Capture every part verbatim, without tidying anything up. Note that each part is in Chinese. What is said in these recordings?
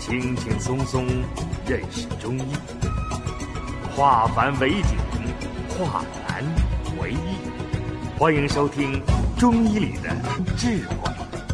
轻轻松松认识中医，化繁为简，化难为易。欢迎收听《中医里的智慧》。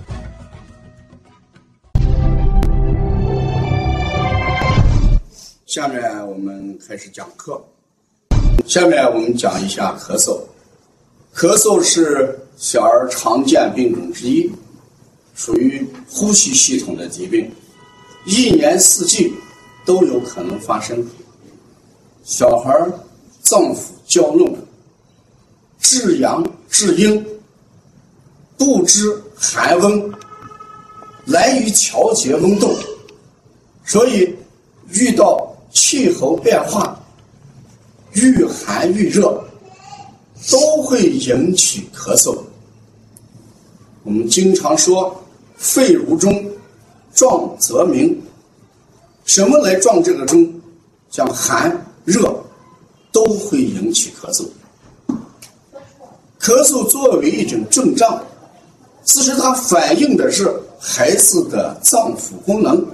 下面我们开始讲课。下面我们讲一下咳嗽。咳嗽是小儿常见病种之一，属于呼吸系统的疾病，一年四季都有可能发生。小孩脏腑娇嫩，至阳至阴，不知寒温，来于调节温度，所以遇到气候变化，遇寒遇热，都会引起咳嗽。我们经常说肺如钟，壮则鸣。什么来壮这个钟？像寒热都会引起咳嗽。咳嗽作为一种症状，其实它反映的是孩子的脏腑功能。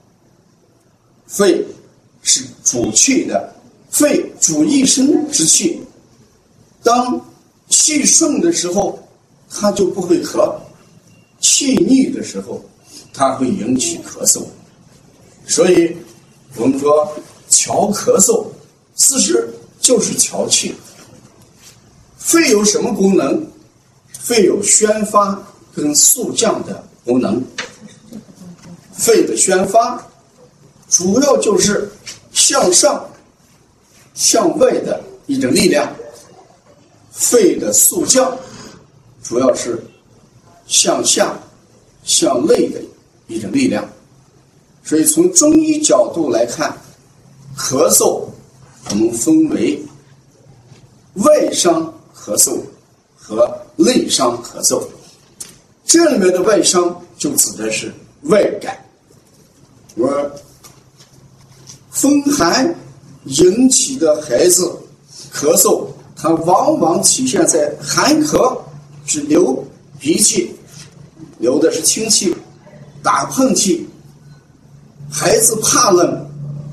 肺是主气的，肺主一身之气，当气顺的时候它就不会咳，气逆的时候它会引起咳嗽。所以我们说调咳嗽其实就是调气。肺有什么功能？肺有宣发跟肃降的功能。肺的宣发主要就是向上向外的一种力量，肺的肃降主要是向下向内的一种力量。所以从中医角度来看，咳嗽我们分为外伤咳嗽和内伤咳嗽。这里面的外伤就指的是外感。而风寒引起的孩子咳嗽，它往往体现在寒咳是流鼻涕，流的是清气，打喷嚏，孩子怕冷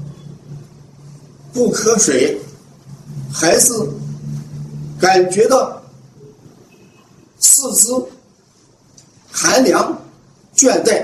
不瞌水，孩子感觉到四肢寒凉倦怠，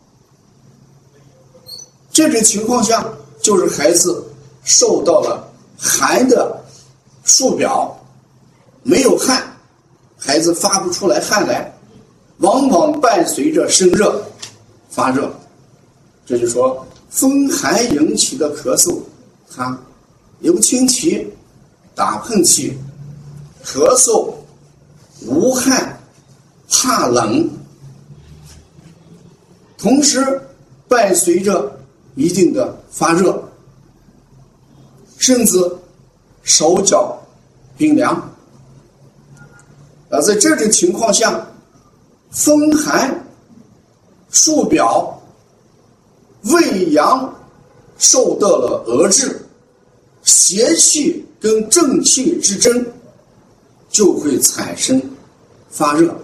这种情况下就是孩子受到了寒的束表，没有汗，孩子发不出来汗来，往往伴随着生热发热。这就是说风寒引起的咳嗽，它流清涕，打喷嚏，咳嗽，无汗，怕冷，同时伴随着一定的发热，甚至手脚冰凉。而在这种情况下，风寒束表，胃阳受到了遏制，邪气跟正气之争就会产生发热，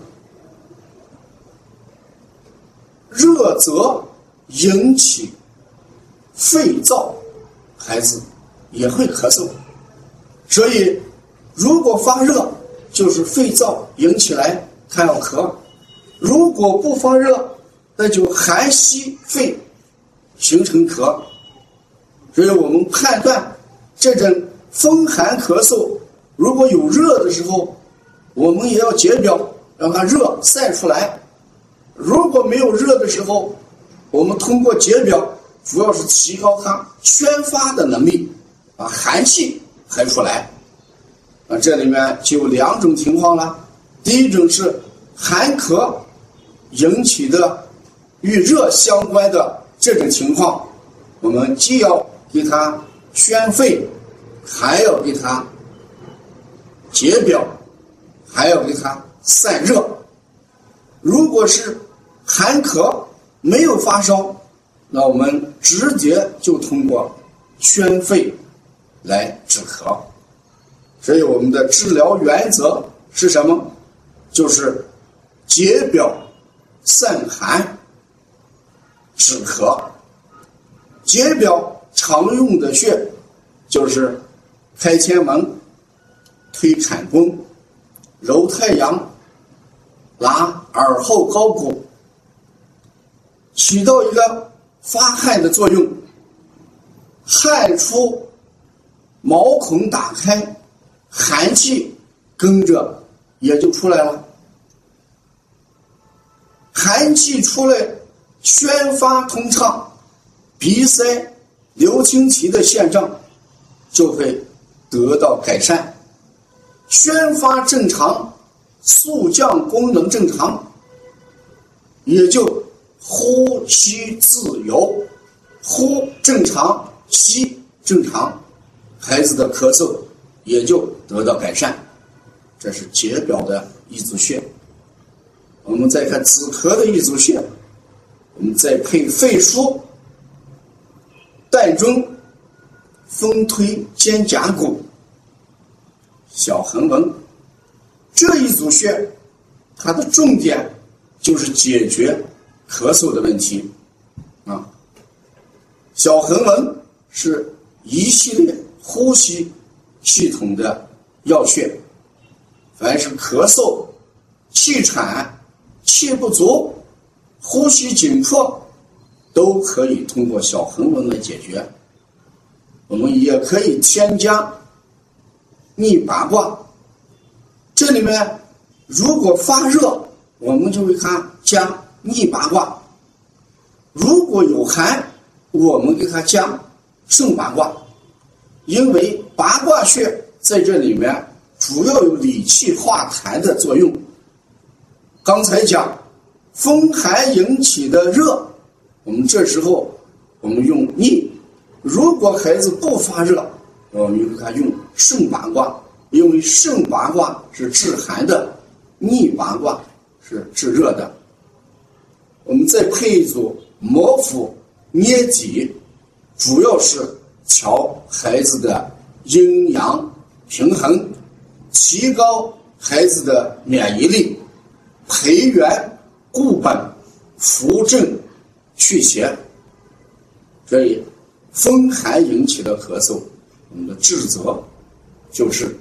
热则引起肺燥，孩子也会咳嗽。所以如果发热就是肺燥引起来他要咳，如果不发热那就寒吸肺形成咳。所以我们判断这种风寒咳嗽，如果有热的时候，我们也要解表，让它热散出来。如果没有热的时候，我们通过解表主要是提高它宣发的能力，把寒气排出来。啊，这里面就有两种情况了。第一种是寒咳引起的与热相关的这种情况，我们既要给它宣肺，还要给它解表，还要给它散热。如果是寒咳没有发烧，那我们直接就通过宣肺来止咳。所以我们的治疗原则是什么？就是解表散寒止咳。 解表常用的穴就是开前门、推坎宫、揉太阳、拉耳后高骨，起到一个发汗的作用，汗出，毛孔打开，寒气跟着也就出来了。寒气出来，宣发通畅，鼻塞、流清涕的现象就会得到改善。宣发正常，肃降功能正常，也就呼吸自由，呼正常，吸正常，孩子的咳嗽也就得到改善。这是解表的一组穴。我们再看止咳的一组穴，我们再配肺腧、膻中、风推肩胛骨、小横纹，这一组穴它的重点就是解决咳嗽的问题啊。小横纹是一系列呼吸系统的要穴，凡是咳嗽、气喘、气不足、呼吸紧迫，都可以通过小横纹来解决。我们也可以添加逆八卦，这里面如果发热，我们就会看加逆八卦；如果有寒，我们给它加胜八卦。因为八卦穴在这里面主要有理气化痰的作用。刚才讲风寒引起的热，我们这时候我们用逆；如果孩子不发热，我们给他用胜八卦，因为胜八卦是治寒的，逆八卦是治热的。我们再配一组摩腹捏脊，主要是调孩子的阴阳平衡，提高孩子的免疫力，培元固本，扶正祛邪。所以风寒引起的咳嗽，我们的治则就是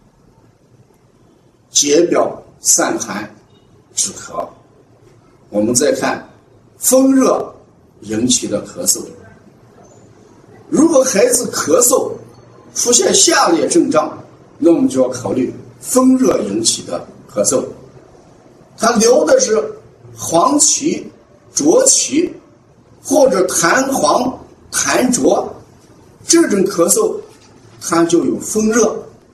解表散寒止咳。我们再看风热引起的咳嗽，如果孩子咳嗽出现下列症状，那我们就要考虑风热引起的咳嗽。他流的是黄芪、浊芪，或者痰黄、痰浊，这种咳嗽它就有风热。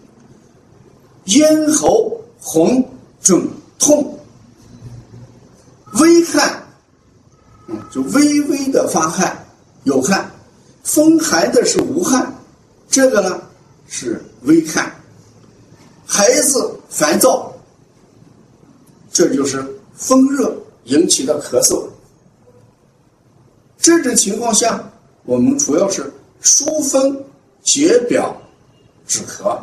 咽喉红肿痛，微汗，嗯，就微微的发汗，有汗。风寒的是无汗，这个呢是微汗。孩子烦躁，这就是风热引起的咳嗽。这种情况下，我们主要是疏风解表止咳。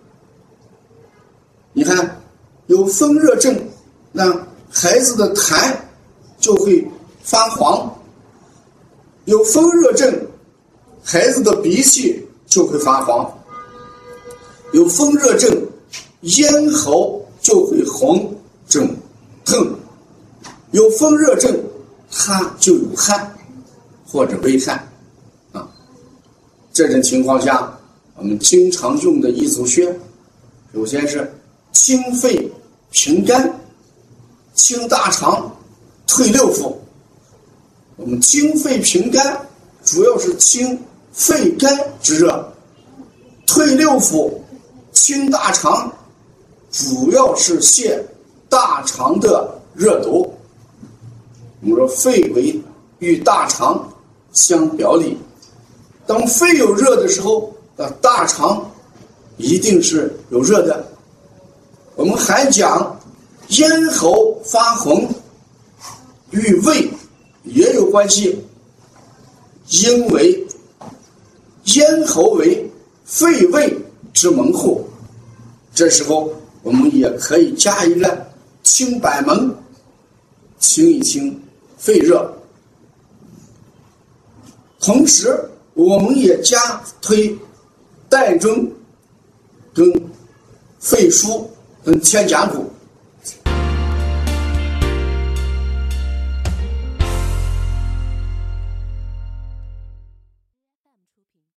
你看有风热症，那孩子的痰就会发黄；有风热症，孩子的鼻涕就会发黄；有风热症，咽喉就会红肿痛；有风热症，它就有汗或者微汗啊。这种情况下，我们经常用的一组穴，首先是清肺平肝、清大肠、退六腑。我们清肺平肝主要是清肺肝之热，退六腑、清大肠主要是泻大肠的热毒。我们说肺为与大肠相表里，当肺有热的时候，大肠一定是有热的。我们还讲咽喉发红与胃也有关系，因为咽喉为肺胃之门户，这时候我们也可以加一个清板门，清一清肺热。 同时我们也加推带针跟肺腧跟添加骨